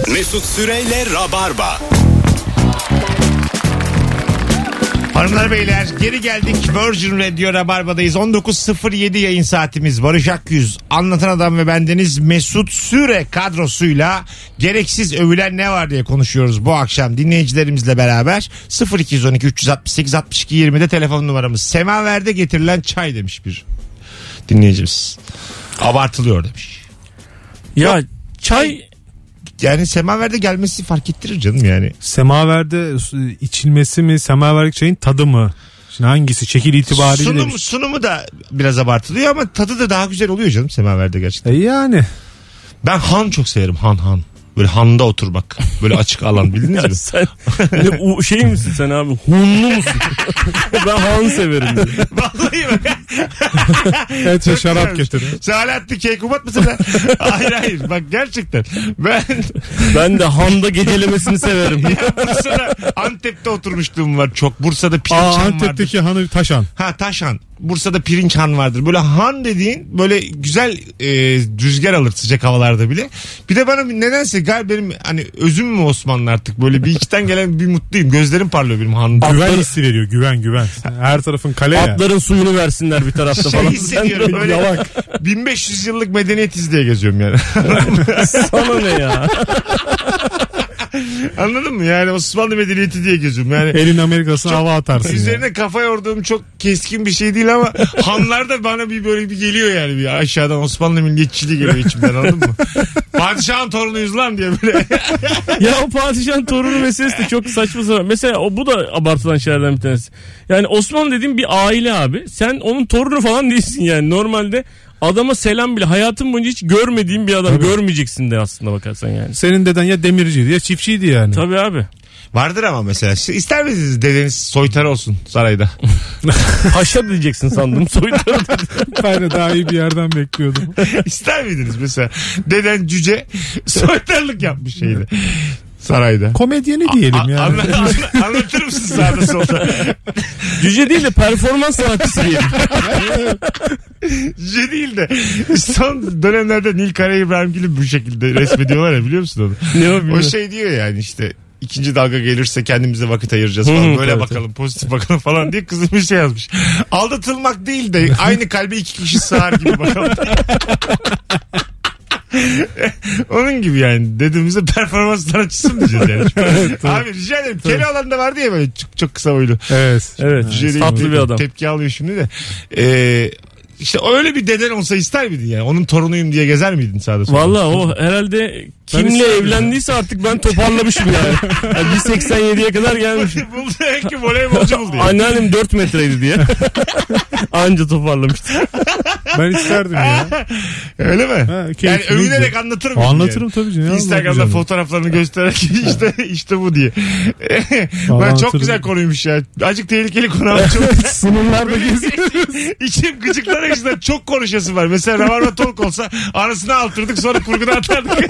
Mesut Süreyle Rabarba. Hanımlar beyler geri geldik. Virgin Radio Rabarba'dayız. 19.07 yayın saatimiz. Barış Akyüz, Anlatan Adam ve bendeniz Mesut Süre kadrosuyla gereksiz övülen ne var diye konuşuyoruz bu akşam dinleyicilerimizle beraber. 0212 368 62 20'de telefon numaramız. Semaverde getirilen çay demiş bir dinleyicimiz. Abartılıyor demiş. Ya çay... Yani semaverde gelmesi fark ettirir canım yani. Semaverde içilmesi mi, semaverdeki çayın tadı mı? Şimdi hangisi şekil itibariyle? Sunumu da biraz abartılıyor ama tadı da daha güzel oluyor canım semaverde gerçekten. Yani. Ben han çok severim, han. Böyle handa oturmak. Böyle açık alan, bildiniz mi? Sen ne, şey misin sen abi? Hunlu musun? Ben han severim. Vallahi bak. Evet, şarap getirin. Selahattin Keykubat mısın lan? Hayır. Bak gerçekten. Ben de handa gecelemesini severim. Ya Bursa'da Antep'te oturmuşluğum var çok. Bursa'da pirinç han vardır. Antep'teki hanı Taşan. Taşan. Bursa'da pirinç han vardır. Böyle han dediğin böyle güzel rüzgar alır sıcak havalarda bile. Bir de bana nedense galiba benim hani özüm mü Osmanlı artık böyle bir içten gelen bir mutluyum. Gözlerim parlıyor benim han. Güven hissi veriyor, güven. Her tarafın kale ya. Atların suyunu versinler bir tarafta falan. Hissediyorum böyle yalak. 1500 yıllık medeniyetiz diye geziyorum yani. Sana ne ya? Anladın mı? Yani Osmanlı medeniyeti diye geziyorum. Yani elin Amerika'sına hava atarsın. Üzerine yani. kafa yorduğum çok keskin bir şey değil ama hanlar da bana bir böyle bir geliyor yani. Bir aşağıdan Osmanlı milliyetçiliği geliyor içimden, anladın mı? Padişahın torunuyuz lan diye böyle. Ya o padişahın torunu meselesi de çok saçma sapan. Mesela bu da abartılan şeylerden bir tanesi. Yani Osmanlı dediğim bir aile abi. Sen onun torunu falan değilsin yani. Normalde adama selam bile hayatın boyunca hiç görmediğin bir adam. Tabii. Görmeyeceksin de aslında bakarsan yani. Senin deden ya demirciydi ya çiftçiydi yani. Tabii abi. Vardır ama mesela ister misiniz dedeniz soytar olsun sarayda? Paşa diyeceksin sandım, soytar. Ben de daha iyi bir yerden bekliyordum. İster miydiniz mesela deden cüce soytarlık yapmış şeyde sarayda? Komedyeni diyelim yani. Anlatır mısın sağda solda? Cüce değil de performans sanatçısı diyelim. Cüce değil de son dönemlerde Nil Kara İbrahimgil'i bu şekilde resmediyorlar ya, biliyor musun onu? Ne o bilmiyorum. O şey diyor yani işte ikinci dalga gelirse kendimize vakit ayıracağız falan. Böyle bakalım evet. Pozitif bakalım falan diye kızım bir şey yazmış. Aldatılmak değil de aynı kalbe iki kişi sığar gibi bakalım. Onun gibi yani dediğimizde performans sanatçısı mı diyeceğiz yani? Evet, abi rica ederim. Keloğlan'da vardı ya böyle çok kısa boylu. Evet. Tatlı bir adam. Tepki alıyor şimdi de. İşte öyle bir deden olsa ister miydin yani? Onun torunuyum diye gezer miydin sağda solda? Valla o herhalde kimle evlendiyse artık ben toparlamışım yani. Yani 1.87'ye kadar gelmiş. Buldu ki voleybolcu buldu. Anneannem 4 metreydi diye. Anca toparlamıştı. Ben isterdim ya. Öyle mi? Ha, yani övünerek anlatırım. Anlatırım yani. Tabii canım. Instagram'da fotoğraflarını göstererek işte bu diye. Ben çok güzel konuymuş ya. Azıcık tehlikeli konu ama çok. Sınırlarda geziyoruz. İçim gıcıklar yüzünden çok konuşası var. Mesela Rabarba Talk olsa arasına altırdık sonra kurguda atardık.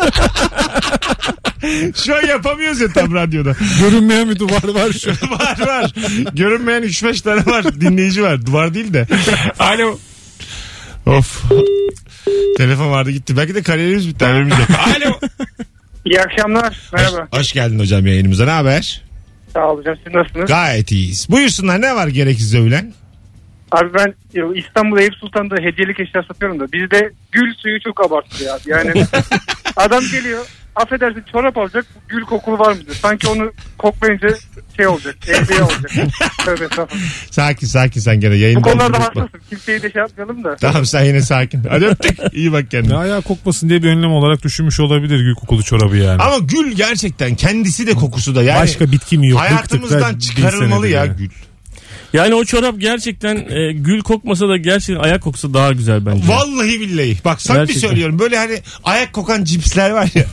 Şu an yapamıyoruz ya tam radyoda. Görünmeyen bir duvar var şu an. var. Görünmeyen 3-5 tane var. Dinleyici var. Duvar değil de. Alo. Of. Telefon vardı gitti. Belki de kariyerimiz bitti. Alo. İyi akşamlar. Merhaba. Hoş geldin hocam yayınımıza. Ne haber? Sağ ol hocam. Siz nasılsınız? Gayet iyiyiz. Buyursunlar, ne var gereksiz övülen? Abi ben İstanbul Eyüp Sultan'da hediyelik eşya satıyorum da bizde gül suyu çok abartılıyor abi. Yani adam geliyor, affedersin çorap alacak, gül kokulu var mı diyor. Sanki onu koklayınca şey olacak, hediye olacak. Tövbe estağfurullah. Sakin sen gene yayından. Bu konularda haklısın. Kimseyi de şey yapmayalım da. Tamam sen yine sakin. Hadi öptük. İyi bak kendine. Ya ayağı kokmasın diye bir önlem olarak düşünmüş olabilir gül kokulu çorabı yani. Ama gül gerçekten kendisi de kokusu da yani. Başka bitki mi yok? Hayatımızdan çıkarılmalı ya gül. Yani o çorap gerçekten gül kokmasa da gerçekten ayak kokusu daha güzel bence. Vallahi billahi. Bak sana bir söylüyorum. Böyle hani ayak kokan cipsler var ya.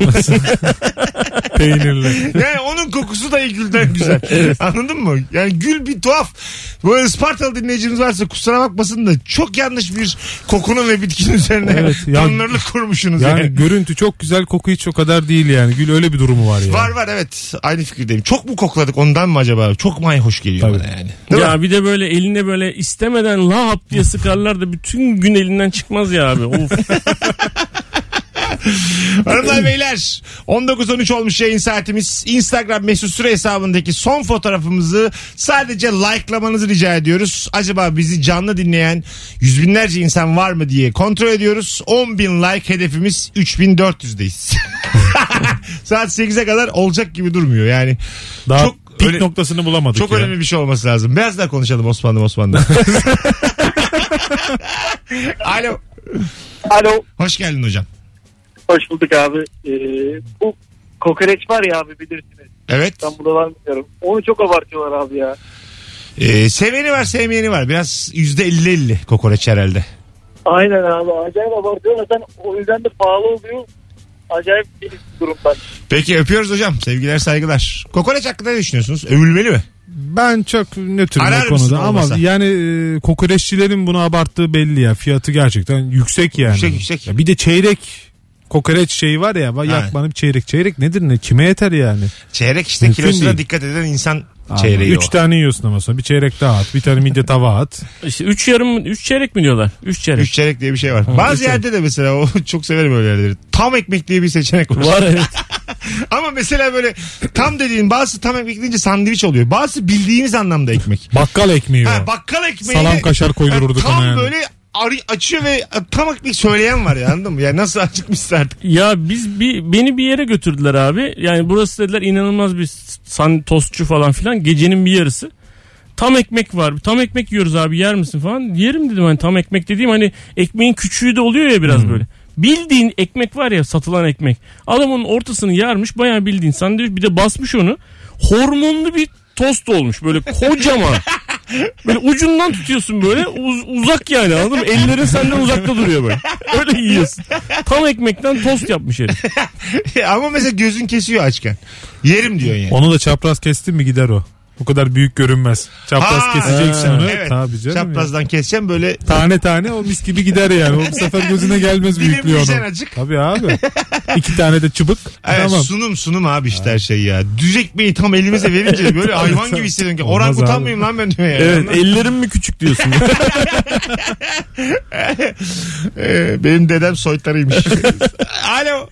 Peynirli. Yani onun kokusu da gülden güzel. Evet. Anladın mı? Yani gül bir tuhaf. Böyle Ispartalı dinleyiciniz varsa kusura bakmasın da çok yanlış bir kokunun ve bitkinin üzerine tanrılık kurmuşsunuz. Yani görüntü çok güzel, koku hiç o kadar değil yani. Gül öyle bir durumu var yani. Var evet. Aynı fikirdeyim. Çok mu kokladık ondan mı acaba? Çok mu hoş geliyor bana yani. Değil ya mi? Bir de böyle eline böyle istemeden lahap diye sıkarlar da bütün gün elinden çıkmaz ya abi. Of. Hanımlar beyler 19.13 olmuş yayın saatimiz. Instagram Mesut Süre hesabındaki son fotoğrafımızı sadece likelamanızı rica ediyoruz. Acaba bizi canlı dinleyen yüz binlerce insan var mı diye kontrol ediyoruz. 10.000 like hedefimiz, 3.400'deyiz. Saat 8'e kadar olacak gibi durmuyor yani. Daha çok pik noktasını bulamadık çok ya. önemli bir şey olması lazım. Biraz daha konuşalım Osman'da. Alo. Alo. Hoş geldin hocam. Hoş bulduk abi. Bu kokoreç var ya abi, bilirsiniz. Evet. Ben burada var bilmiyorum. Onu çok abartıyorlar abi ya. Seveni var, sevmeyeni var. Biraz %50-50 kokoreç herhalde. Aynen abi. Acayip abartıyorlar. Zaten o yüzden de pahalı oluyor. Acayip bir durumdan. Peki öpüyoruz hocam. Sevgiler, saygılar. Kokoreç hakkında ne düşünüyorsunuz? Övülmeli mi? Ben çok nötrüm Arar o mısın konuda ama olmasa? yani kokoreççilerin bunu abarttığı belli ya. Fiyatı gerçekten yüksek yani. Yüksek. Ya bir de çeyrek kokoreç şeyi var ya, yak bana bir çeyrek. Çeyrek nedir ne? Kime yeter yani? Çeyrek işte Mümkün kilosuna değil. dikkat eden insan çeyreği 3 tane yiyorsun ama sonra bir çeyrek daha at. Bir tane midye tava at. İşte 3 çeyrek mi diyorlar? 3 çeyrek. 3 çeyrek diye bir şey var. Bazı yerde de mesela o çok severim öyle yerleri. Tam ekmek diye bir seçenek var. Var evet. Ama mesela böyle tam dediğin bazı tam ekmek deyince sandviç oluyor. Bazı bildiğimiz anlamda ekmek. Bakkal ekmeği o. Bakkal ekmeği. Salam kaşar koydururduk tam ona yani. böyle açıyor ve tam ekmek söyleyen var ya, anladın mı? Yani nasıl acıkmışsa artık. Ya beni bir yere götürdüler abi. Yani burası dediler inanılmaz bir tostçu falan filan. Gecenin bir yarısı. Tam ekmek var. Tam ekmek yiyoruz abi, yer misin falan. Yerim dedim, hani tam ekmek dediğim hani ekmeğin küçüğü de oluyor ya biraz böyle. Bildiğin ekmek var ya, satılan ekmek. Adam onun ortasını yarmış, bayağı bildiğin sandviç, bir de basmış onu. Hormonlu bir tost olmuş böyle kocaman. Böyle ucundan tutuyorsun böyle uzak yani, anladın mı? Ellerin senden uzakta duruyor böyle. Öyle yiyorsun. Tam ekmekten tost yapmış herif. Ama mesela gözün kesiyor açken. Yerim diyorsun yani. Onu da çapraz kestin mi gider o. O kadar büyük görünmez. Çapraz keseceksin onu. Evet. Tabii canım. Çaprazdan keseceğim böyle. Tane tane o mis gibi gider yani. O bu sefer gözüne gelmez büyüklüğü Dilimleyeceksin onun. acık. Tabii abi. 2 tane de çubuk. Evet, Tamam. sunum abi işte her şey ya. Düz ekmeği tam elimize verince böyle hayvan gibi hissediyorsun ki. Olmaz Orangutan abi. mıyım lan ben diyor yani. Evet, ellerim mi küçük diyorsun. Benim dedem soytarıymış. Alo.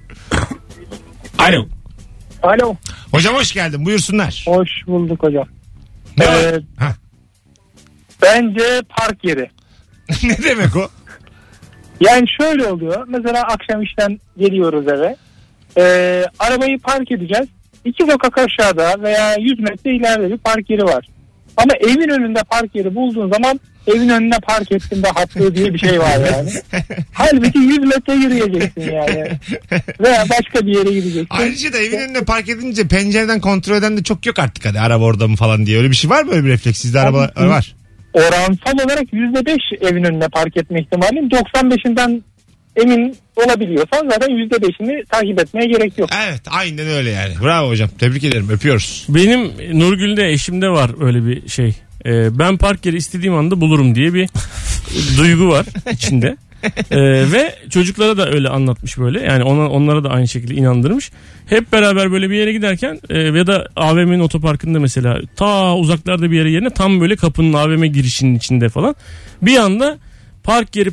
Alo. Alo. Hocam hoş geldin, buyursunlar. Hoş bulduk hocam. Ne var? Ha. Bence park yeri. Ne demek o? Yani şöyle oluyor. Mesela akşam işten geliyoruz eve. Arabayı park edeceğiz. 2 sokak aşağıda veya 100 metre ileride bir park yeri var. Ama evin önünde park yeri bulduğun zaman evin önüne park ettim de haklı diye bir şey var yani. Halbuki 100 metre yürüyeceksin yani. Veya başka bir yere gideceksin. Ayrıca da evin önüne park edince pencereden kontrol eden de çok yok artık, hadi araba orada mı falan diye. Öyle bir şey var mı, öyle bir refleks? Sizde araba var. Orantal olarak %5 evin önüne park etme ihtimalin, 95'inden emin olabiliyorsan zaten %5'ini takip etmeye gerek yok. Evet, aynen öyle yani. Bravo hocam, tebrik ederim, öpüyoruz. Benim Nurgül'de, eşimde var öyle bir şey. Ben park yeri istediğim anda bulurum diye bir duygu var içinde. Ve çocuklara da öyle anlatmış böyle. Yani onlara da aynı şekilde inandırmış. Hep beraber böyle bir yere giderken ya da AVM'nin otoparkında mesela ta uzaklarda bir yere yerine tam böyle kapının AVM girişinin içinde falan bir anda park yeri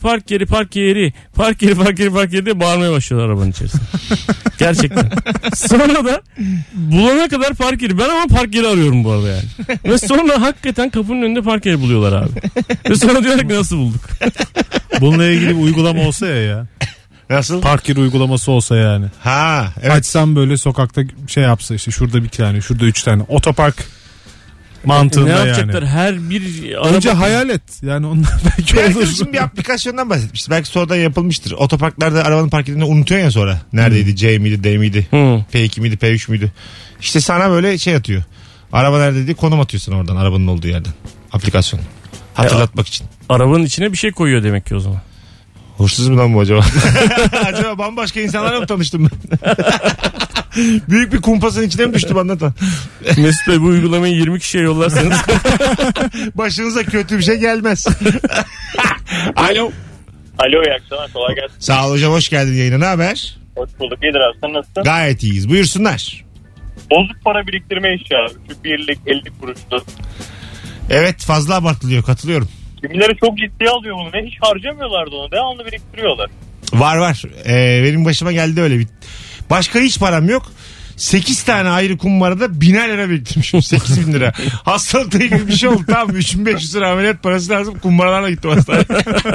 diye bağırmaya başlıyorlar arabanın içerisinde. Gerçekten. Sonra da bulana kadar park yeri. Ben ama park yeri arıyorum bu arada yani. Ve sonra hakikaten kapının önünde park yeri buluyorlar abi. Ve sonra diyorlar ki nasıl bulduk? Bununla ilgili bir uygulama olsa ya. Nasıl? Park yeri uygulaması olsa yani. Ha, evet. Açsam böyle sokakta şey yapsa, işte şurada bir tane, şurada 3 tane. Otopark mantığında Ne yani. yapacaklar? Her bir Önce araba... hayal et. Yani onlar belki Bir olur. arkadaşım bir aplikasyondan bahsetmişti. Belki sonradan yapılmıştır. Otoparklarda arabanın park edildiğini unutuyorsun ya sonra. Neredeydi? C miydi? D miydi? P2 miydi? P3 müydü? İşte sana böyle şey atıyor. Araba nerede diye konum atıyorsun oradan, arabanın olduğu yerden. Aplikasyon. Hatırlatmak için. Arabanın içine bir şey koyuyor demek ki o zaman. Hırsız mı lan bu acaba? Acaba bambaşka insanlarla mı tanıştım ben? Büyük bir kumpasın içine mi düştüm, anlatan? Mesut Bey, bu uygulamayı 20 kişiye yollarsanız. Başınıza kötü bir şey gelmez. Alo. Alo, iyi akşamlar, kolay gelsin. Sağ ol hocam, hoş geldin yayına, ne haber? Hoş bulduk, iyidir abi, sen nasılsın? Gayet iyiyiz, buyursunlar. Bozuk para biriktirme işi abi, şu birlik 50 kuruşlu. Evet, fazla abartılıyor, katılıyorum. Kimileri çok ciddiye alıyor bunu ve hiç harcamıyorlardı onu, devamlı biriktiriyorlar. Var. Benim başıma geldi öyle bir. Başka hiç param yok. 8 tane ayrı kumbarada 1000'er lira biriktirmişim. 8.000 lira. Hastalıkla ilgili bir şey oldu. Tamam 3500 lira ameliyat parası lazım. Kumbaralarla gittim hastaneye.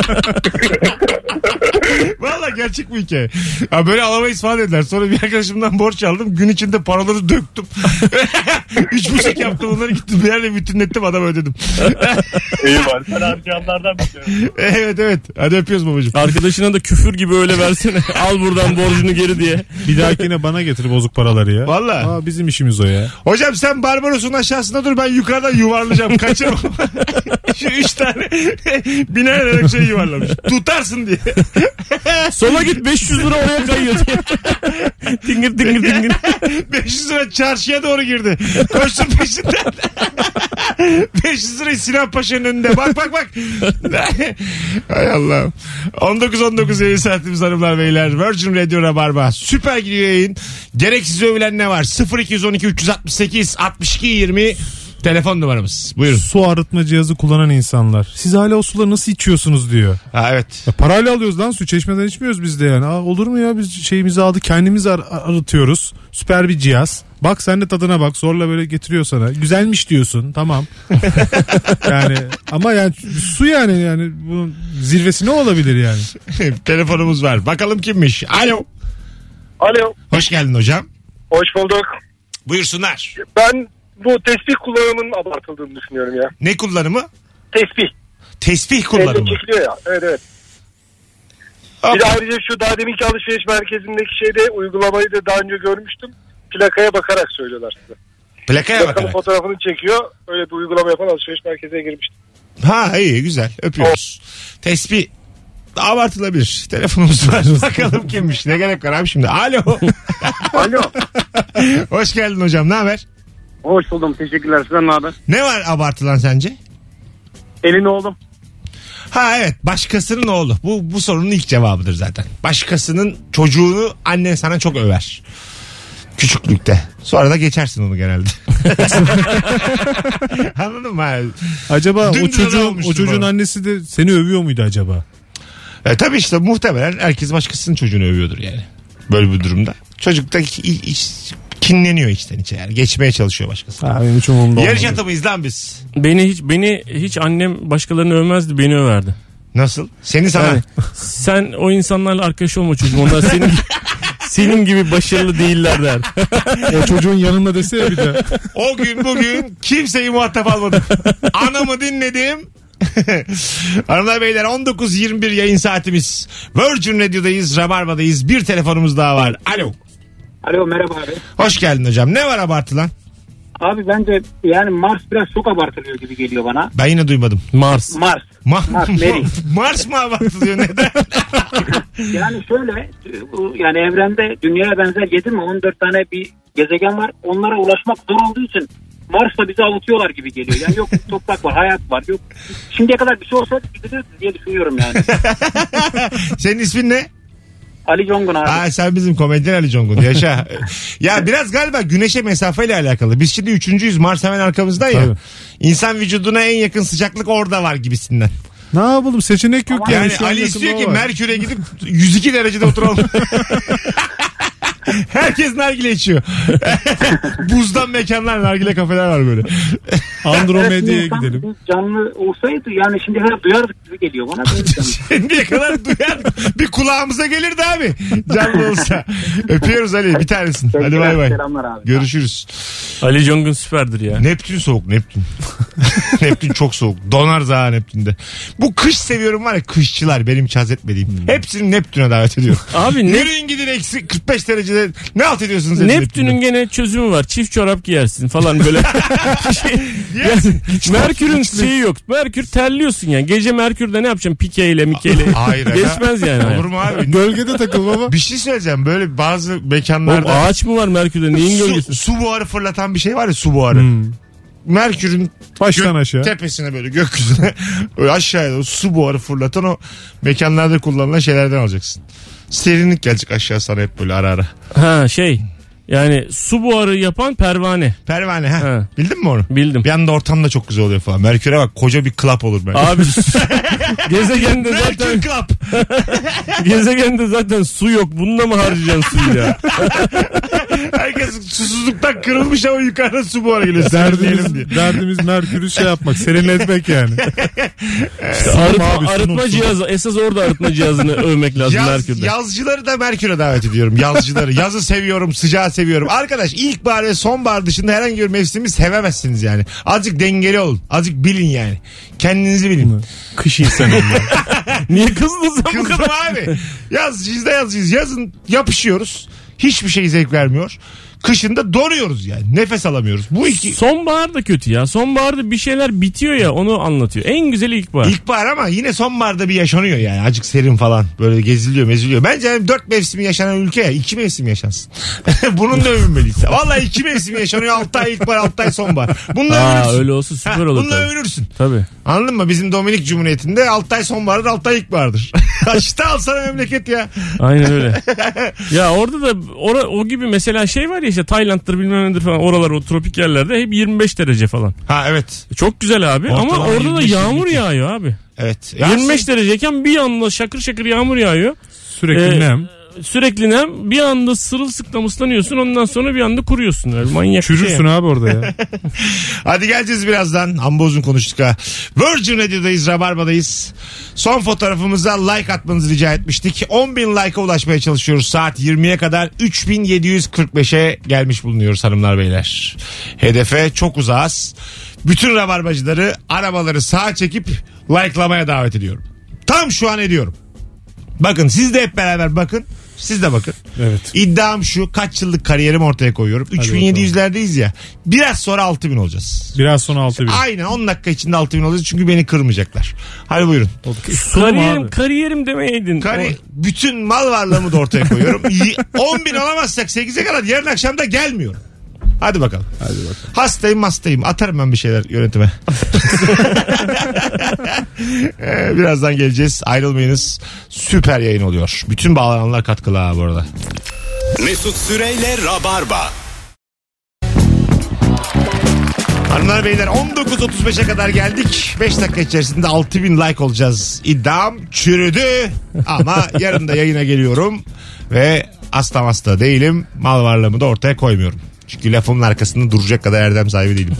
Valla gerçek bu hikaye. Ya böyle alamayız falan dediler. Sonra bir arkadaşımdan borç aldım. Gün içinde paraları döktüm. 3,5 yaptım. Onları gittim bir yerle bütünlettim. Adam ödedim. İyi var. Sen harcayanlardan bir Evet. Hadi öpüyoruz babacığım. Arkadaşına da küfür gibi öyle versene. Al buradan borcunu geri diye. Bir dahakine bana getir bozuk paraları ya. Valla. Bizim işimiz o ya. Hocam sen Barbaros'un aşağısında dur, ben yukarıdan yuvarlayacağım. Kaçırma. Şu 3 tane 1000'er liralık şey yuvarlamış. Tutarsın diye. Sola git 500 lira oraya kayıyor diye. tingir. 500 lira çarşıya doğru girdi. Koştum peşinden. 500 lirayı Sinan Paşa'nın önünde. Bak. Hay Allah'ım. 19.19 yayın saatimiz hanımlar beyler. Virgin Radio Rabarba. Süper gidiyor yayın. Gereksiz övülen ne var? 0212 368 62 20 telefon numaramız. Buyurun. Su arıtma cihazı kullanan insanlar. Siz hala o suları nasıl içiyorsunuz diyor. Ha, evet. Ya parayla alıyoruz lan, su çeşmeden içmiyoruz biz de yani. Olur mu ya, biz şeyimizi aldık kendimiz arıtıyoruz. Süper bir cihaz. Bak sen de tadına bak, zorla böyle getiriyor sana. Güzelmiş diyorsun, tamam. Yani ama yani su yani bunun zirvesi ne olabilir yani? Telefonumuz var. Bakalım kimmiş? Alo. Alo. Hoş geldin hocam. Hoş bulduk. Buyursunlar. Ben bu tesbih kullanımının abartıldığını düşünüyorum ya. Ne kullanımı? Tesbih. Tesbih kullanımı. Elle çekiliyor ya. Evet. Bir de ayrıca şu daha deminki alışveriş merkezindeki şeyde uygulamayı da daha önce görmüştüm. Plakaya bakarak söylüyorlar size. Plakaya Plakanın bakarak. fotoğrafını çekiyor. Öyle bir uygulama yapan alışveriş merkezine girmiştim. Ha iyi, güzel, öpüyoruz. Tesbih abartılabilir. Telefonumuz var. Bakalım kimmiş. Ne gerek var abi şimdi. Alo. Alo. Hoş geldin hocam. Ne haber? Hoş buldum. Teşekkürler. Sizden ne haber? Ne var abartılan sence? Elini oğlum. Ha evet, başkasının oğlu. Bu sorunun ilk cevabıdır zaten. Başkasının çocuğunu annen sana çok över. Küçüklükte. Sonra da geçersin onu genelde. Anladın mı? Acaba Dümdüz adam o olmuştur çocuğun bana. annesi de seni övüyor muydu acaba? Tabii işte muhtemelen herkes başkasının çocuğunu övüyordur yani. Böyle bir durumda. Çocuk da kinleniyor içten içe yani. Geçmeye çalışıyor başkası. Benim hiç umurumda Yarış olmadı. atı mıyız lan biz? Beni hiç annem başkalarını övmezdi, beni överdi. Nasıl? Seni sana. Yani, sen o insanlarla arkadaş olma çocuğum. Onlar senin gibi başarılı değiller der. O çocuğun yanında desene bir de. O gün bugün kimseyi muhatap almadım. Anamı dinledim. Hanımlar beyler 19.21 yayın saatimiz. Virgin Radio'dayız, Rabarba'dayız. Bir telefonumuz daha var. Alo. Alo, merhaba abi. Hoş geldin hocam. Ne var abartılan? Abi bence yani Mars biraz çok abartılıyor gibi geliyor bana. Ben yine duymadım. Mars. Mars. Mary. Mars mı abartılıyor? Neden? Yani şöyle, yani evrende dünyaya benzer 7 mi 14 tane bir gezegen var. Onlara ulaşmak zor olduğu için Mars'ta bizi avutuyorlar gibi geliyor. Yani yok toprak var, hayat var. Yok. Şimdiye kadar bir şey olsa gideriz diye düşünüyorum yani. Senin ismin ne? Ali Congun abi. Aa, sen bizim komedyen Ali Congun. Yaşa. Ya biraz galiba güneşe mesafeyle alakalı. Biz şimdi 3.'yüz. Mars hemen arkamızda ya. Tabii. İnsan vücuduna en yakın sıcaklık orada var gibisinden. Ne yapalım, seçenek yok Yani Şu an Ali yakında istiyor o ki var. Merkür'e gidip 102 derecede oturalım. Herkes nargile içiyor. Buzdan mekanlar, nargile kafeler var böyle. Andromeda'ya insan gidelim. bir canlı olsaydı yani şimdiye kadar duyardık gibi geliyor bana. Şimdiye kadar duyardık. Bir kulağımıza gelirdi abi. Canlı olsa. Öpüyoruz Ali. Bir tanesin. Hadi bay bay. Selamlar abi. Görüşürüz. Ali Congun süperdir ya. Neptün soğuk, Neptün. Neptün çok soğuk. Donar zaten Neptün'de. Bu kış seviyorum var ya, kışçılar benim hiç haz etmediğim. Hepsini Neptün'e davet ediyorum. Abi Yürüyün gidin eksi 45 derecede ne alt ediyorsunuz? Neptün'ün gene çözümü var. Çift çorap giyersin falan böyle. Yersin. Merkür'ün şeyi yok. Merkür terliyorsun yani. Gece Merkür'de ne yapacaksın? Pikeyle, mikeyle. Hayır. Geçmez yani. Olur mu abi? Gölgede takıl baba. Bir şey söyleyeceğim. Böyle bazı Oğlum, mekanlarda ağaç mı var Merkür'de? Neyin gölgesi? su buharı fırlatan bir şey var ya, su buharı. Merkür'ün Baştan aşağı. tepesine böyle gökyüzüne öyle aşağıya doğru su buharı fırlatan o mekanlarda kullanılan şeylerden alacaksın. Serinlik gelecek aşağı sana hep böyle ara ara. Ha şey. Yani su buharı yapan pervane. Pervane ha. Ha. Bildin mi onu? Bildim. Bir anda ortam da çok güzel oluyor falan. Merkür'e bak koca bir klap olur belki. Abi gezegende Merkür zaten klap. gezegende zaten su yok. Bununla mı harcayacaksın suyu ya? Herkes susuzluktan kırılmış ama yukarıda su buharı geliyor. Serinleyelim diye. Derdimiz Merkür'ü şey yapmak, serinletmek yani. İşte arıtma cihazı. Esas orada arıtma cihazını övmek lazım Merkür'de. Yazcıları da Merkür'e davet ediyorum. Yazcıları. Yazı seviyorum, sıcağı seviyorum. Arkadaş ilkbahar ve sonbahar dışında herhangi bir mevsimi sevemezsiniz yani. Azıcık dengeli olun. Azıcık bilin yani. Kendinizi bilin. Kış insanı. Niye kızdın sen bu Kızdım kadar? abi. Yazcıyız da yazcıyız. Yazın yapışıyoruz. Hiçbir şey zevk vermiyor. Kışında donuyoruz yani. Nefes alamıyoruz. Bu iki... Sonbahar da kötü ya. Sonbaharda bir şeyler bitiyor ya, onu anlatıyor. En güzeli ilkbahar. İlkbahar ama yine sonbaharda bir yaşanıyor yani. Azıcık serin falan. Böyle geziliyor meziliyor. Bence yani 4 mevsimi yaşanan ülke ya. 2 mevsim yaşansın. Bunun da övünmeliyiz. Vallahi 2 mevsim yaşanıyor. 6 ay ilkbahar, 6 ay sonbahar. Bununla övünürsün. Öyle olsa süper olur. Bununla tabii. övünürsün. Tabii. Anladın mı? Bizim Dominik Cumhuriyeti'nde 6 ay sonbahardır, 6 ay ilkbahardır. İşte alsana memleket ya. Aynen öyle. Ya orada da o gibi mesela şey var ya, işte Tayland'dır bilmem nedir falan, oralar o tropik yerlerde hep 25 derece falan. Ha evet. Çok güzel abi. Ortalama ama orada da 25, yağmur 22. yağıyor abi. Evet. 25 dereceyken bir anda şakır şakır yağmur yağıyor. Sürekli nem. Sürekli nem. Bir anda sırılsıklam ıslanıyorsun, ondan sonra bir anda kuruyorsun. Öyle manyak bir Çürürsün şey. abi orada ya. Hadi geleceğiz birazdan. Amma uzun konuştuk ha. Virgin Radio'dayız, Rabarba'dayız. Son fotoğrafımıza like atmanızı rica etmiştik. 10.000 like'a ulaşmaya çalışıyoruz. Saat 20'ye kadar 3.745'e gelmiş bulunuyoruz hanımlar beyler. Hedefe çok uzağız. Bütün Rabarbacıları arabaları sağa çekip like'lamaya davet ediyorum. Tam şu an ediyorum. Bakın siz de hep beraber bakın. Siz de bakın. Evet. İddiam şu, kaç yıllık kariyerimi ortaya koyuyorum. 3700'lerdeyiz ya. Biraz sonra 6000 olacağız. Biraz sonra 6.000. Aynen 10 dakika içinde 6000 olacağız çünkü beni kırmayacaklar. Hadi buyurun. Kariyerim demeyeydin. Bütün mal varlığımı da ortaya koyuyorum. 10.000 alamazsak 8'e kadar yarın akşam da gelmiyorum. Hadi bakalım. Hastayım. Atarım ben bir şeyler yönetime. Birazdan geleceğiz. Ayrılmayınız. Süper yayın oluyor. Bütün bağlananlar katkılı ha bu arada. Mesut Süreyle Rabarba. Hanımlar beyler 19.35'e kadar geldik. 5 dakika içerisinde 6000 like olacağız. İddiam çürüdü. Ama yarın da yayına geliyorum. Ve hasta değilim. Mal varlığımı da ortaya koymuyorum. Çünkü lafımın arkasında duracak kadar erdem sahibi değilim.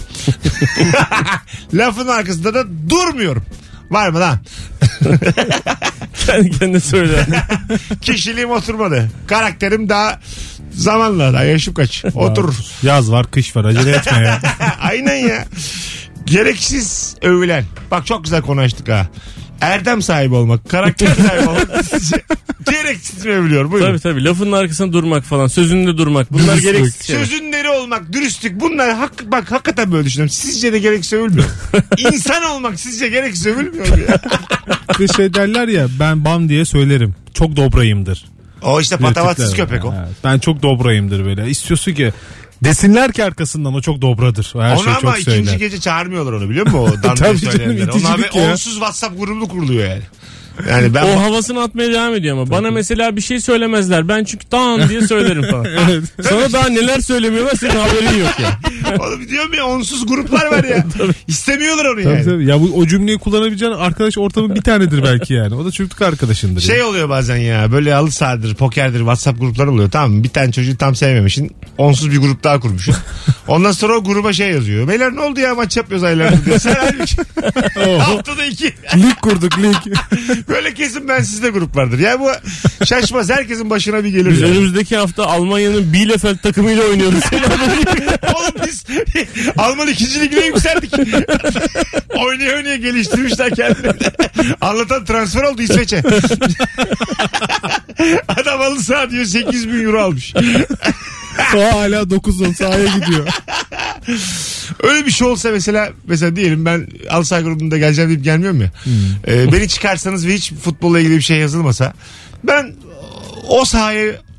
Lafın arkasında da durmuyorum. Var mı lan? Kendi kendine söyle. Kişiliğim oturmadı. Karakterim daha zamanla, daha yaşım kaç. Oturur. Yaz var, kış var, acele etme ya. Aynen ya. Gereksiz övülen. Bak çok güzel konuştuk ha. Erdem sahibi olmak, karakter sahibi olmak gereksiz mi övülüyor? Buyurun. Tabii lafın arkasında durmak falan, sözünde durmak. Bunlar Dürüstlük. gereksiz şeyler. Sözünleri olmak, dürüstlük, bunlar bak hakikaten böyle düşünüyorum. Sizce de gereksiz övülmüyor. İnsan olmak sizce gereksiz övülmüyor mu ya? Bir şey derler ya, ben bam diye söylerim. Çok dobrayımdır. O işte patavatsız köpek o. Evet, ben çok dobrayımdır böyle. İstiyorsun ki desinler ki arkasından o çok dobradır. O her Onu şeyi ama çok söyler. ikinci gece çağırmıyorlar onu biliyor musun? O Tabii canım, Ona abi iticilik ya. onsuz WhatsApp grubu kuruluyor yani. Yani ben O havasını atmaya devam ediyor ama. Bana mesela bir şey söylemezler. Ben çünkü tamam diye söylerim falan. Sana daha neler söylemiyorlar, senin haberin yok ya. oğlum diyorum ya onsuz gruplar var ya. İstemiyorlar onu yani. Tabii. Ya bu o cümleyi kullanabileceğin arkadaş ortamı bir tanedir belki yani. O da çocukluk arkadaşındır. Şey oluyor bazen ya, böyle halı sahadır, pokerdir, WhatsApp grupları oluyor, tamam mı? Bir tane çocuğu tam sevmemişsin. Onsuz bir grup daha kurmuşsun. Ondan sonra o gruba şey yazıyor. Beyler ne oldu ya, maç yapıyoruz aylardır diye. Sen halbuki haftada 2. Lig kurduk lig. Böyle kesin ben sizde grup vardır. Ya bu şaşmaz, herkesin başına bir gelir. Biz ya. önümüzdeki hafta Almanya'nın Bielefeld takımıyla oynuyoruz. Oğlum biz Alman 2. ligine yükseldik. oynaya geliştirmişler kendilerini. Anlatan transfer oldu İsveç'e. Adam halı saha diyor 8.000 euro almış. O hala 9-10 sahaya gidiyor. Öyle bir şey olsa mesela diyelim ben halı saha grubunda geleceğim deyip gelmiyorum ya. Beni çıkarsanız ve hiç futbolla ilgili bir şey yazılmasa, ben o sahaya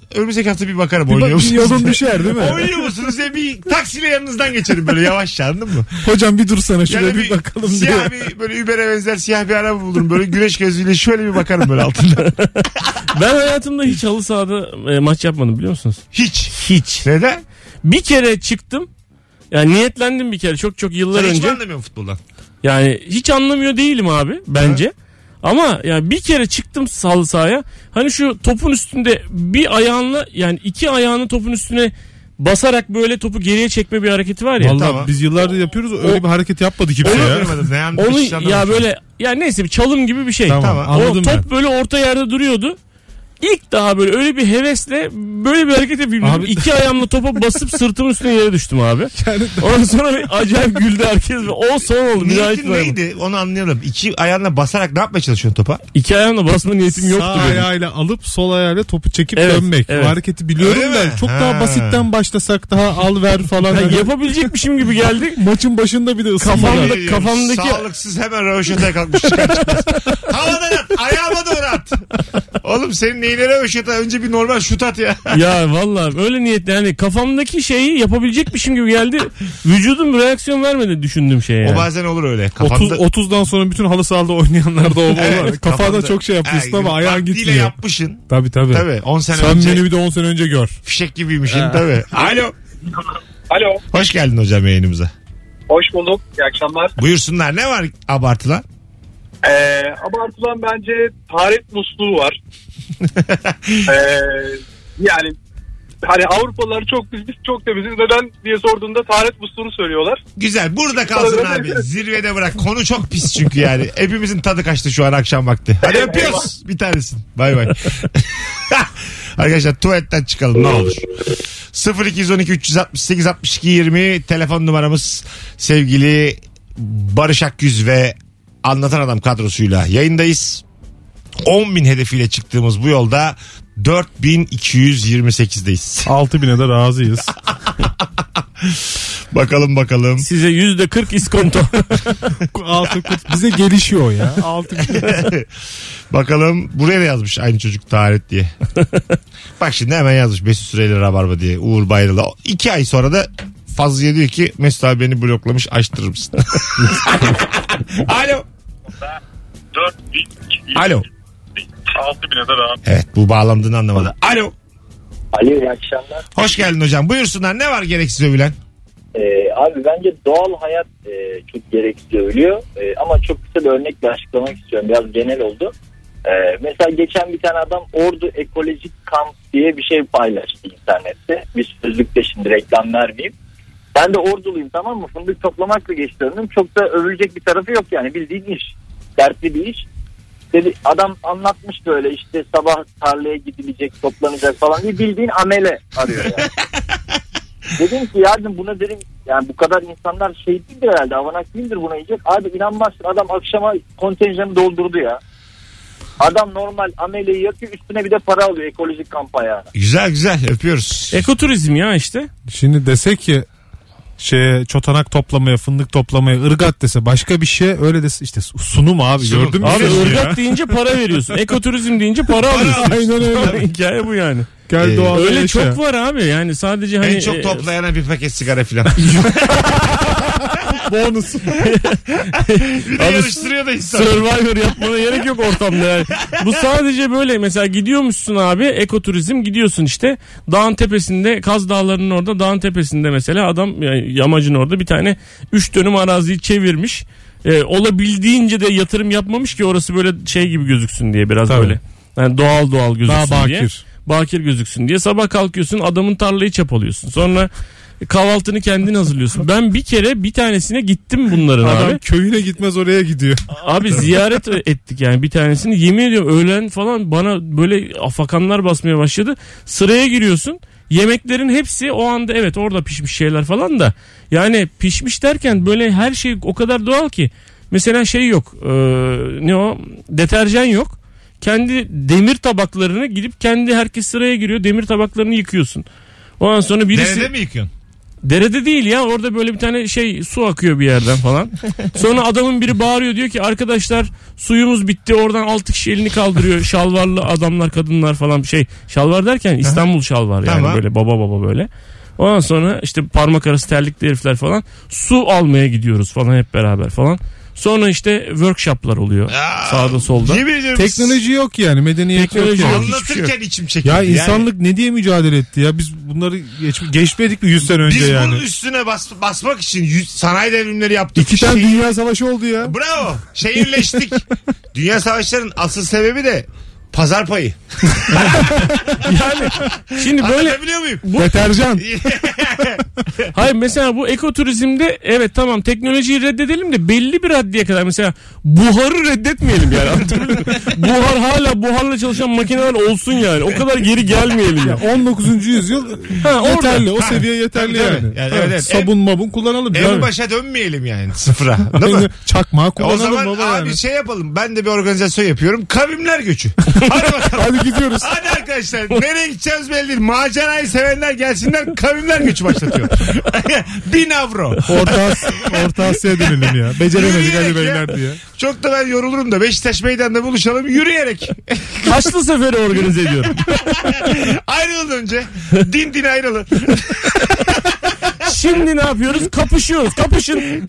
önümüzdeki hafta bir bakarım. Bir Oynuyor musunuz? yolun düşer değil mi? Oynuyor musunuz diye bir taksiyle yanınızdan geçerim böyle yavaşça, anladın mı? Hocam bir dursana şuraya Yani bir bakalım diye. siyah bir böyle Uber'e benzer siyah bir araba bulurum. Böyle güneş gözüyle şöyle bir bakarım böyle altında. Ben hayatımda hiç halı sahada maç yapmadım biliyor musunuz? Hiç. Neden? Bir kere çıktım. Yani niyetlendim bir kere çok yıllar Sen hiç mi önce. anlamıyorsun futboldan? Yani hiç anlamıyor değilim abi bence. Ha. Ama yani bir kere çıktım halı sahaya. Hani şu topun üstünde bir ayağınla, yani iki ayağını topun üstüne basarak böyle topu geriye çekme bir hareketi var ya. Vallahi Tamam. biz yıllardır yapıyoruz. Öyle bir hareket yapmadı kimse Onu ya. duymadım. Ne Onu hiç anlamadım. ya böyle, ya neyse bir çalım gibi bir şey. Tamam, O anladım top ben. böyle orta yerde duruyordu. İlk daha böyle öyle bir hevesle böyle bir hareket yapayım. Abi- İki ayağımla topa basıp sırtımın üstüne yere düştüm abi. Ondan sonra bir acayip güldü herkes. O son oldu. Bir daha hiç Niyetin duyamadım. neydi? Onu anlayalım. İki ayağınla basarak ne yapmaya çalışıyorsun topa? İki ayağımla basma niyetim yoktu Sağ benim. ayağıyla alıp sol ayağıyla topu çekip Evet, dönmek. evet. O hareketi biliyorum Öyle da mi? çok Ha. daha basitten başlasak daha al ver falan. Ha, Hani yapabilecekmişim gibi geldi. maçın başında bir de ısınma. Kafamda- Yemin ediyorum, kafamdaki- Sağlıksız hemen röveşataya kalkmış çıkar çıkmaz. Havadan at. Ayağıma doğru at. Oğlum senin neyine röveşata? Önce bir normal şut at ya. Ya vallahi öyle niyetle, yani kafamdaki şeyi yapabilecekmişim gibi geldi. Vücudum reaksiyon vermedi düşündüğüm şeye. O Yani. bazen olur öyle. Kafanda... 30'dan sonra bütün halı sahada oynayanlar da o Evet, var. Kafada çok şey yapıyorsun ama ayağın vaktiyle gitmiyor. yapmışsın. Tabii. Tabii 10 sene Sen önce beni bir de 10 sene önce gör. fişek gibiymişsin tabii. Alo. Alo. Hoş geldin hocam yayınımıza. Hoş bulduk. İyi akşamlar. Buyursunlar, ne var abartılan? Abartılan bence taharet musluğu var. Yani hani Avrupalılar çok biz çok temiziz. Neden diye sorduğunda taharet musluğunu söylüyorlar. Güzel, burada kalsın abi. Zirvede bırak. Konu çok pis çünkü yani. Hepimizin tadı kaçtı şu an akşam vakti. Hadi öpüyoruz. Bir tanesin. Bay bay. Arkadaşlar tuvaletten çıkalım ne olur. 0212 368 62 20 telefon numaramız. Sevgili Barış Akgüz ve Anlatan Adam kadrosuyla yayındayız. 10.000 hedefiyle çıktığımız bu yolda 4228'deyiz. 6000'e de razıyız. Bakalım. Size %40 iskonto. Bize gelişiyor ya. 6000. Bakalım, buraya da yazmış aynı çocuk taharet diye. Bak şimdi hemen yazmış Mesut Süreyle Rabarba diye Uğur Bayralı. 2 ay sonra da Fazlı'ya diyor ki Mesut abi beni bloklamış, açtırır mısın? Alo. 4.000 Alo. 6.000'e de rahat. Evet, bu bağlandığını anlamadı. Alo. Alo, iyi akşamlar. Hoş geldin hocam. Buyursunlar, ne var gereksiz övülen? Abi bence doğal hayat çok gereksiz övülüyor. Ama çok kısa bir örnekle açıklamak istiyorum. Biraz genel oldu. Mesela geçen bir tane adam Ordu Ekolojik Kamp diye bir şey paylaştı internette. Bir sözlükte, şimdi reklam vermeyeyim. Ben de Orduluyum, tamam mı? Fındık toplamakla geçti ömrüm. Çok da övülecek bir tarafı yok yani. Bildiğin iş. Dertli bir iş. Dedi, adam anlatmış böyle işte sabah tarlaya gidilecek, toplanacak falan diye, bildiğin amele arıyor yani. Dedim ki yardım buna, dedim yani bu kadar insanlar şey değildir herhalde, avanak değildir buna yiyecek. Abi inanmazsın, adam akşama kontenjanı doldurdu ya. Adam normal ameleyi yakıyor, üstüne bir de para alıyor ekolojik kampanya. Güzel öpüyoruz. Ekoturizm ya işte. Şimdi desek ki çotanak toplamaya, fındık toplamaya ırgat dese, başka bir şey öyle dese, işte sunum abi, Sunum. gördün mü? Abi Ya? ırgat deyince para veriyorsun. Ekoturizm deyince para alıyorsun. Aynen öyle. Hikaye bu yani. Gel doğada Öyle yaşa. çok var abi, yani sadece hani. En çok toplayana bir paket sigara filan. Bonus. Bir de Abi, yarıştırıyor da insan. Survivor yapmana gerek yok ortamda yani. Bu sadece böyle, mesela gidiyormuşsun abi, ekoturizm, gidiyorsun işte dağın tepesinde, Kaz Dağları'nın orada dağın tepesinde mesela adam, yani yamacın orada bir tane 3 dönüm araziyi çevirmiş. Olabildiğince de yatırım yapmamış ki orası böyle şey gibi gözüksün diye, biraz Tabii. böyle. Yani doğal gözüksün Daha diye. bakir. Bakir gözüksün diye. Sabah kalkıyorsun, adamın tarlayı çapalıyorsun. Sonra kahvaltını kendin hazırlıyorsun. Ben bir kere bir tanesine gittim bunların Adam abi. köyüne gitmez oraya gidiyor. Abi ziyaret ettik yani bir tanesini. Yemin ediyorum öğlen falan bana böyle afakanlar basmaya başladı. Sıraya giriyorsun. Yemeklerin hepsi o anda, evet orada pişmiş şeyler falan da. Yani pişmiş derken böyle her şey o kadar doğal ki. Mesela şey yok. Ne o? Deterjan yok. Kendi demir tabaklarını gidip herkes sıraya giriyor. Demir tabaklarını yıkıyorsun. Ondan sonra birisi... Derede mi yıkıyorsun? Derede değil ya, orada böyle bir tane su akıyor bir yerden falan. Sonra adamın biri bağırıyor, diyor ki arkadaşlar suyumuz bitti, oradan 6 kişi elini kaldırıyor. Şalvarlı adamlar, kadınlar falan, şalvar derken İstanbul şalvar yani, Tamam. böyle baba böyle. Ondan sonra işte parmak arası terlikli herifler falan, su almaya gidiyoruz falan hep beraber falan. Sonra işte workshoplar oluyor sağda solda. Yemin ediyorum, Teknoloji yok yani, medeniyet yok Teknoloji yani. yok. anlatırken içim çekildi. Ya insanlık ne diye mücadele etti ya? Biz bunları geçmedik mi 100 sene önce Biz yani? bunun üstüne basmak için sanayi devrimleri yaptık. 2 tane dünya savaşı oldu ya. Bravo. Şehirleştik. Dünya savaşlarının asıl sebebi de pazar payı. Yani şimdi böyle Anlatabiliyor muyum? Deterjan. hayır, mesela bu ekoturizmde evet tamam, teknolojiyi reddedelim de belli bir raddeye kadar, mesela buharı reddetmeyelim yani. Anlatabiliyor muyum? Buhar, hala buharla çalışan makineler olsun yani. O kadar geri gelmeyelim ya. 19. yüzyıl yeterli. O seviye yeterli Tabii, yani. tabii. Yani evet. Sabun mabun kullanalım. En Yani. başa dönmeyelim yani, sıfıra. Değil mi? Aynı çakmağı O kullanalım zaman baba abi yani. şey yapalım. Ben de bir organizasyon yapıyorum. Kavimler göçü. Hadi bakalım. Hadi gidiyoruz. Hadi arkadaşlar. Nereye gideceğiz belli değil. Macerayı sevenler gelsinler. Kavimler göçü başlatıyor. 1000 avro. Orta Asya'ya dönelim ya. Beceremedik Yürüyerek hadi ya. beyler diye. Çok da ben yorulurum da Beşiktaş meydanda buluşalım yürüyerek. Haçlı seferi organize ediyorum. Ayrılın önce. Din ayrılın. Şimdi ne yapıyoruz? Kapışıyoruz. Kapışın.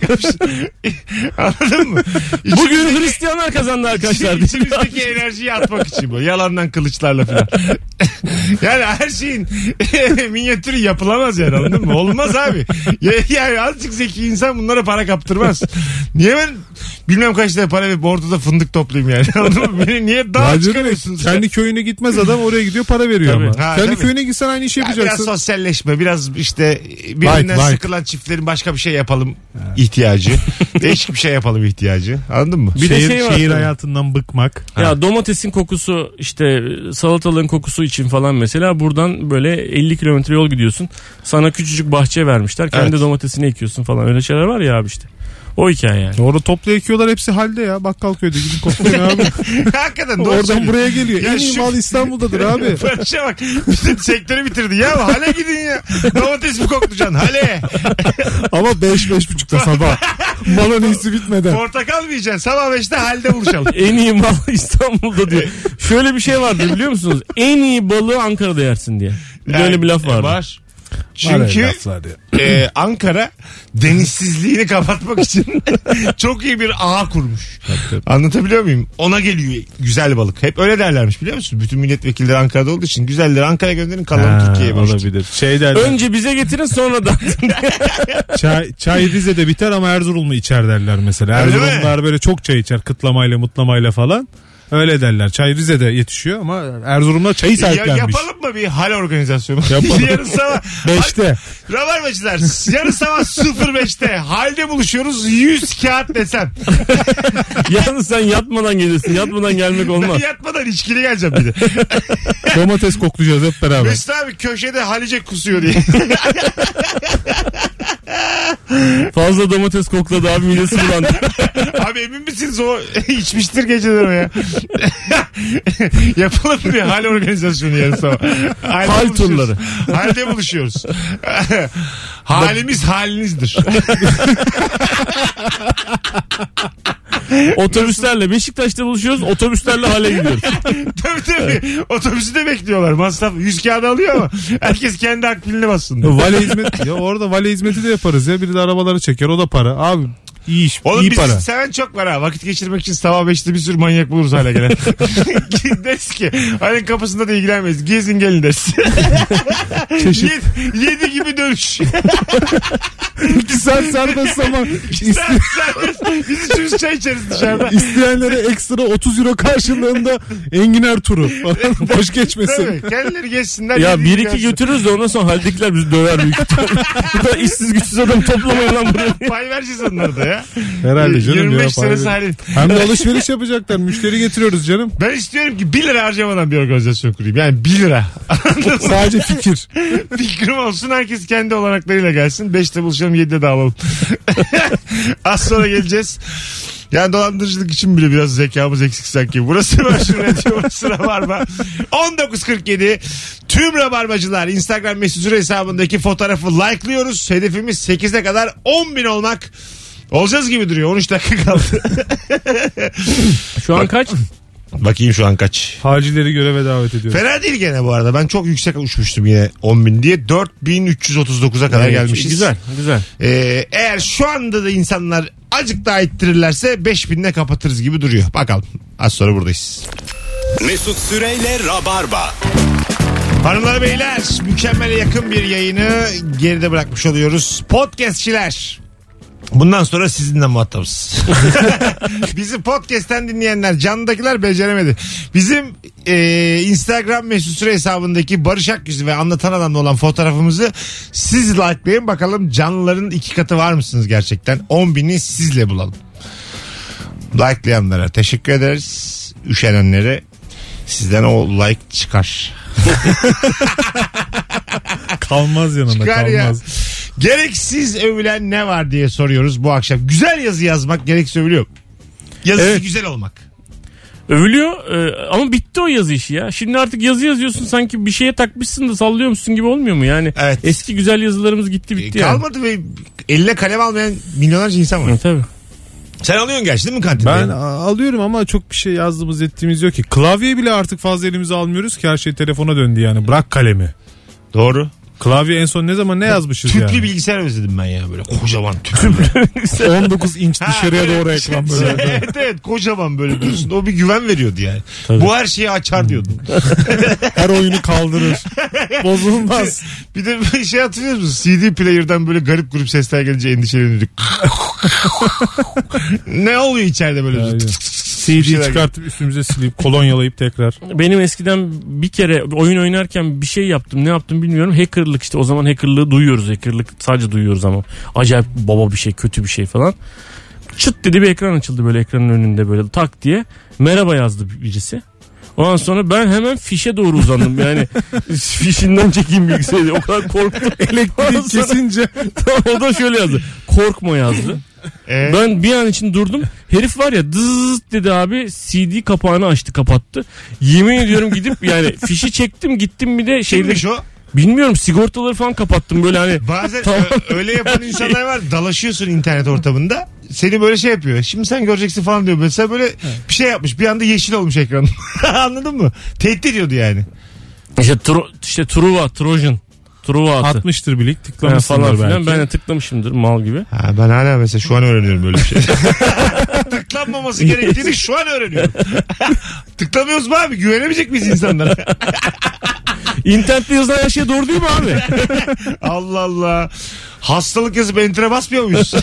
Anladın mı? Bugün Hristiyanlar kazandı arkadaşlar. İçimizdeki enerjiyi atmak için bu. Yalandan kılıçlarla falan. Yani her şeyin minyatürü yapılamaz yani, anladın mı? Olmaz abi. Yani azıcık zeki insan bunlara para kaptırmaz. Niye ben bilmem kaç tane para verip ortada fındık toplayayım yani? Anladın mı? Beni niye dağa çıkarıyorsunuz? Kendi köyüne gitmez adam, oraya gidiyor para veriyor Tabii. ama. Ha, Kendi tabii. köyüne gitsen aynı işi Ya biraz yapacaksın. sosyalleşme, biraz işte birbirinden Like. sıkılan çiftlerin başka bir şey yapalım ihtiyacı. Değişik bir şey yapalım ihtiyacı. Anladın mı? Bir de şey var şehir tabii. hayatından bıkmak. Ya domatesin kokusu, işte salatalığın kokusu için falan, mesela buradan böyle 50 kilometre yol gidiyorsun. Sana küçücük bahçe vermişler. Kendi Evet. domatesini ekiyorsun falan. Öyle şeyler var ya abi işte. O hikaye yani. Orada toplu ekiyorlar, hepsi halde ya. Bakkalköy'de gidin koklayın abi. Hakikaten doğru Oradan söylüyorsun. buraya geliyor. Ya En iyi şu- mal İstanbul'dadır abi. Barış'a bak. Bütün sektörü bitirdi ya. Hale gidin ya. Domates mi koklayacaksın? Hale. Ama 5-5.30'da sabah. Malın iyisi bitmeden. Portakal mı yiyeceksin? Sabah 5'te halde buluşalım. En iyi mal İstanbul'da diyor. Şöyle bir şey vardır biliyor musunuz? En iyi balığı Ankara'da yersin diye. Böyle bir laf vardı. Var. Çünkü Ankara denizsizliğini kapatmak için çok iyi bir ağ kurmuş. Anlatabiliyor muyum? Ona geliyor güzel balık. Hep öyle derlermiş, biliyor musun? Bütün milletvekilleri Ankara'da olduğu için güzelleri Ankara'ya gönderin, kalanı Türkiye'ye başlayın. olabilir. Şey derler. Önce bize getirin, sonra da. Çay Rize'de biter ama Erzurumlu içer derler mesela. Öyle mi? Erzurumlular böyle çok çay içer, kıtlamayla mutlamayla falan. Öyle derler. Çay Rize'de yetişiyor ama Erzurum'da çayı sahiplenmiş. Yapalım mı bir hal organizasyonu? Yapalım. Yarın sabah 5'te. Rabarbacılar, yarın sabah 05'te halde buluşuyoruz, 100 kağıt desem. Yalnız sen yatmadan gelirsin. Yatmadan gelmek Ben olmaz. yatmadan içkili geleceğim bir de. Domates koklayacağız hep beraber. Mesut abi köşede Halice kusuyor diye. Fazla domates kokladı abi, midesi bulandı. Abi emin misiniz o içmiştir geceler o ya. Yapalım bir hal organizasyonu yarın sabah. Halde Hal buluşuyoruz. turları. Halde buluşuyoruz. Halimiz halinizdir. Otobüslerle Beşiktaş'ta buluşuyoruz. Otobüslerle hale gidiyoruz. Tabii. Otobüsü de bekliyorlar. Masraf 100 kağıdı alıyor ama herkes kendi akbilini bassın. Vale hizmet ya, orada vale hizmeti de yaparız ya. Biri de arabaları çeker, o da para. Abi iyi iş, Oğlum iyi bizi para. seven çok var ha. Vakit geçirmek için sabah 5'te bir sürü manyak buluruz hala gelen. Deriz ki halin kapısında da ilgilenmeyiz. Gezin gelin deriz. Çeşit. 7 gibi dönüş. 2 saat serbest zaman. Biz üçümüz çay içeriz dışarıda. İsteyenlere ekstra 30 euro karşılığında enginar turu falan. Boş geçmesin. Tabii. Kendileri geçsinler. Ya yedi bir gibi iki gelsin. götürürüz de ondan sonra haldekiler bizi döver büyük ihtimalle. Bu da işsiz güçsüz adam toplamayın lan buraya. Pay vereceğiz onları da ya. Herhalde canım 25 ya. senesi halin. Hem de alışveriş yapacaklar. Müşteri getiriyoruz canım. Ben istiyorum ki 1 lira harcamadan bir organizasyon kurayım. Yani 1 lira. Sadece fikir. Fikrim olsun, herkes kendi olanaklarıyla gelsin. 5'te buluşalım, 7'de dağılalım. Az sonra geleceğiz. Yani dolandırıcılık için bile biraz zekamız eksik sanki. Burası Virgin Radio, burası Rabarba. 19.47 tüm Rabarbacılar Instagram mesut süre hesabındaki fotoğrafı like'lıyoruz. Hedefimiz 8'e kadar 10.000 olmak. Olacağız gibi duruyor. 13 dakika kaldı. Şu an kaç? Bakayım şu an kaç. Halcileri göreve davet ediyorum. Fena değil gene bu arada. Ben çok yüksek uçmuştum yine 10.000 diye. 4.339'a kadar gelmişiz. Güzel güzel. Eğer şu anda da insanlar azıcık daha ittirirlerse 5.000'le kapatırız gibi duruyor. Bakalım. Az sonra buradayız. Mesut Süreyle Rabarba. Hanımlar beyler, mükemmele yakın bir yayını geride bırakmış oluyoruz. Podcastçiler, bundan sonra sizinle muhatabız. Bizi podcast'ten dinleyenler, canlıdakiler beceremedi. Bizim Instagram mesut süre hesabındaki Barış Akgüz ve Anlatan Adam'la olan fotoğrafımızı siz likelayın. Bakalım canlıların 2 katı var mısınız gerçekten? 10.000'i sizle bulalım. Likelayanlara teşekkür ederiz. Üşenenlere sizden o like çıkar. Kalmaz yanında, Çıkar kalmaz. ya. Gereksiz övülen ne var diye soruyoruz bu akşam. Güzel yazı yazmak gereksiz övülüyor. Yazısı Evet. güzel olmak. Övülüyor ama bitti o yazı işi ya. Şimdi artık yazı yazıyorsun, sanki bir şeye takmışsın da sallıyormuşsun gibi olmuyor mu? Yani Evet. eski güzel yazılarımız gitti bitti yani. Kalmadı ve eline kalem almayan milyonlarca insan var. Tabii. Sen alıyorsun gerçi değil mi kantinde? Ben alıyorum ama çok bir şey yazdığımız ettiğimiz yok ki. Klavyeyi bile artık fazla elimize almıyoruz ki, her şey telefona döndü yani. Bırak kalemi. Doğru. Klavye en son ne zaman ne yazmışız Tüplü yani? bilgisayar özledim ben ya, böyle kocaman tüplü. 19 inç dışarıya doğru ekran böyle. Evet kocaman böyle diyorsun. O bir güven veriyordu yani. Tabii. Bu her şeyi açar diyordun. Her oyunu kaldırır. Bozulmaz. Bir de bir şey hatırlıyor musun? CD player'dan böyle garip grup sesler gelince endişeleniyorduk. Ne oluyor içeride böyle? Yani. Bir CD şeyler- çıkartıp üstümüze silip kolonyalayıp tekrar. Benim eskiden bir kere oyun oynarken bir şey yaptım. Ne yaptım bilmiyorum. Hackerlık işte, o zaman hackerlığı duyuyoruz. Hackerlık sadece duyuyoruz ama. Acayip baba bir şey, kötü bir şey falan. Çıt dedi bir ekran açıldı böyle ekranın önünde, böyle tak diye. Merhaba yazdı birisi. Ondan sonra ben hemen fişe doğru uzandım. Yani fişinden çekeyim bilgisayarı. O kadar korktum. Elektrik kesince. O da şöyle yazdı. Korkma yazdı. Ben bir an için durdum. Herif var ya, dızz dedi abi, CD kapağını açtı kapattı. Yemin ediyorum gidip yani fişi çektim gittim, bir de Kimmiş o? bilmiyorum, sigortaları falan kapattım böyle hani. Bazen Tamam. öyle yapan insanlar var. Dalaşıyorsun internet ortamında. Seni böyle şey yapıyor. Şimdi sen göreceksin falan diyor. Mesela böyle bir şey yapmış. Bir anda yeşil olmuş ekran. Anladın mı? Tehdit ediyordu yani. İşte Trojan. Truva atı. Atmıştır bilik, Yani tıklamışsındır falan belki. filan. Ben de tıklamışımdır mal gibi. Ha, ben hala mesela şu an öğreniyorum böyle bir şey. Tıklanmaması gerektiğini şu an öğreniyorum. Tıklamıyoruz mu abi? Güvenemeyecek miyiz insanlara? İnternette yazılan her şey doğru değil mi abi? Allah Allah. Hastalık yazıp enter'e basmıyor muyuz?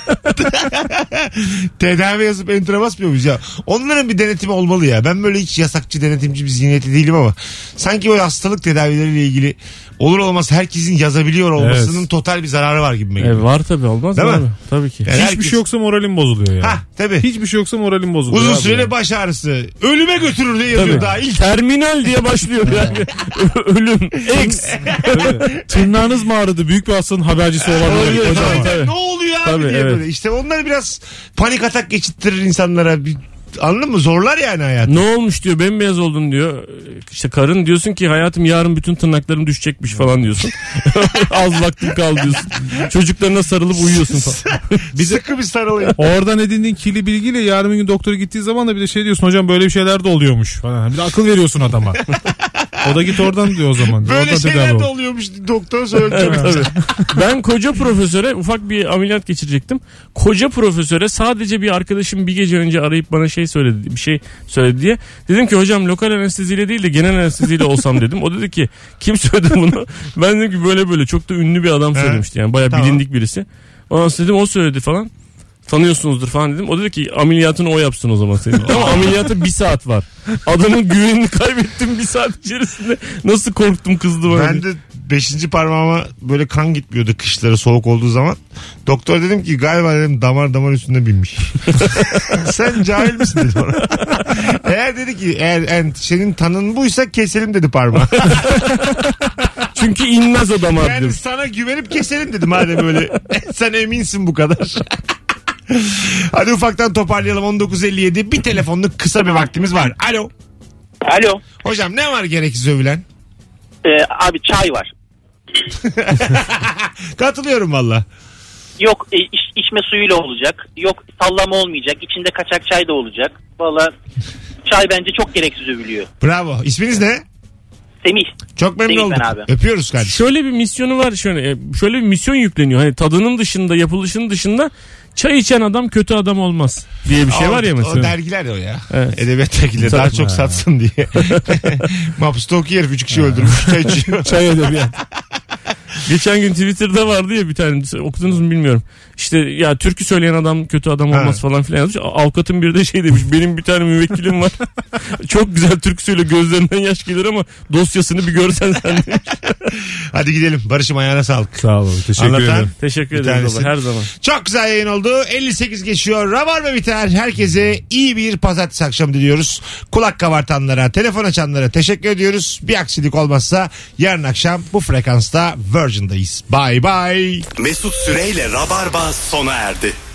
Tedavi yazıp enter'e basmıyor muyuz ya? Onların bir denetimi olmalı ya. Ben böyle hiç yasakçı, denetimci bir zihniyeti değilim ama sanki o hastalık tedavileriyle ilgili olur olmaz herkesin yazabiliyor olmasının Evet. total bir zararı var gibi geliyor. Var tabii, olmaz Değil mı mi? abi? Tabii ki. Yani Hiçbir herkes- şey yoksa moralim bozuluyor yani. Ha tabii. Hiçbir şey yoksa moralim bozuluyor. Uzun abi süreli yani. baş ağrısı. Ölüme götürür diye yazıyor Tabii. daha ilk. Terminal diye başlıyor yani. Ölüm. X. Tabii. Tırnağınız mı ağrıdı? Büyük bir hastalığın habercisi olabilir. Oluyor, Kocaman. tabii. Ne oluyor abi Tabii, diye evet. böyle. İşte onlar biraz panik atak geçittirir insanlara. Anladın mı? Zorlar yani hayatı. Ne olmuş diyor, bembeyaz oldun diyor. İşte karın, diyorsun ki hayatım yarın bütün tırnaklarım düşecekmiş falan diyorsun. Az vaktim kaldı diyorsun. Çocuklarına sarılıp uyuyorsun falan. Sıkı bir sarılayım. Oradan edindiğin kirli bilgiyle yarın bir gün doktora gittiği zaman da bir de şey diyorsun, hocam böyle bir şeyler de oluyormuş falan. Bir de akıl veriyorsun adama. O da git oradan diyor o zaman. Böyle Oradan şeyler tedavi de ol. oluyormuş doktor söyleyeceğim. Tabii. Ben koca profesöre ufak bir ameliyat geçirecektim. Koca profesöre sadece bir arkadaşım bir gece önce arayıp bana bir şey söyledi diye. Dedim ki hocam lokal anesteziyle değil de genel anesteziyle olsam dedim. O dedi ki kim söyledi bunu? Ben dedim ki böyle böyle, çok da ünlü bir adam söylemişti yani, bayağı Tamam. bilindik birisi. Ondan sonra dedim o söyledi falan. Tanıyorsunuzdur falan dedim. O dedi ki ameliyatını o yapsın o zaman senin. Ama ameliyata 1 saat var. Adamın güvenini kaybettim 1 saat içerisinde. Nasıl korktum, kızdı bana. Ben de 5. parmağıma böyle kan gitmiyordu kışları soğuk olduğu zaman. Doktor dedim ki galiba dedim damar üstünde binmiş. Sen cahil misin dedi bana. Eğer dedi ki eğer senin tanın buysa keselim dedi parmağı. Çünkü inmez o damar Yani dedim. sana güvenip keselim dedim madem öyle. Sen eminsin bu kadar. Hadi ufaktan toparlayalım. 19.57 bir telefonluk kısa bir vaktimiz var. Alo. Alo. Hocam ne var gereksiz övülen? Abi çay var. Katılıyorum valla. Yok içme suyuyla olacak. Yok sallama olmayacak. İçinde kaçak çay da olacak. Valla çay bence çok gereksiz övülüyor. Bravo. İsminiz ne? Semih. Çok memnun Semih olduk. ben abi. Öpüyoruz kardeşim. Şöyle bir misyonu var. Şöyle bir misyon yükleniyor. Hani tadının dışında, yapılışının dışında çay içen adam kötü adam olmaz diye bir şey var ya mesela. O dergiler o ya. Evet. Edebiyat dergileri daha çok satsın diye. Mapus'ta herif 3 kişi öldürmüş. Çay içiyor. Çay edebiyat. Geçen gün Twitter'da vardı ya bir tane, okudunuz mu bilmiyorum. İşte ya türkü söyleyen adam kötü adam olmaz falan filan yazmış. Avukatın biri de şey demiş, benim bir tane müvekkilim var. Çok güzel türkü söylüyor, gözlerinden yaş gelir ama dosyasını bir görsen sen demiş. Hadi gidelim. Barış'ım ayağına sağlık. Sağ olun. Teşekkür Anlatan. ederim. Teşekkür Bir ederim tanesi. baba, her zaman. Çok güzel yayın oldu. 58 geçiyor. Rabarba biter. Herkese iyi bir pazartesi akşamı diliyoruz. Kulak kabartanlara, telefon açanlara teşekkür ediyoruz. Bir aksilik olmazsa yarın akşam bu frekansta Virgin'dayız. Bye bye. Mesut Süreyle Rabarba sona erdi.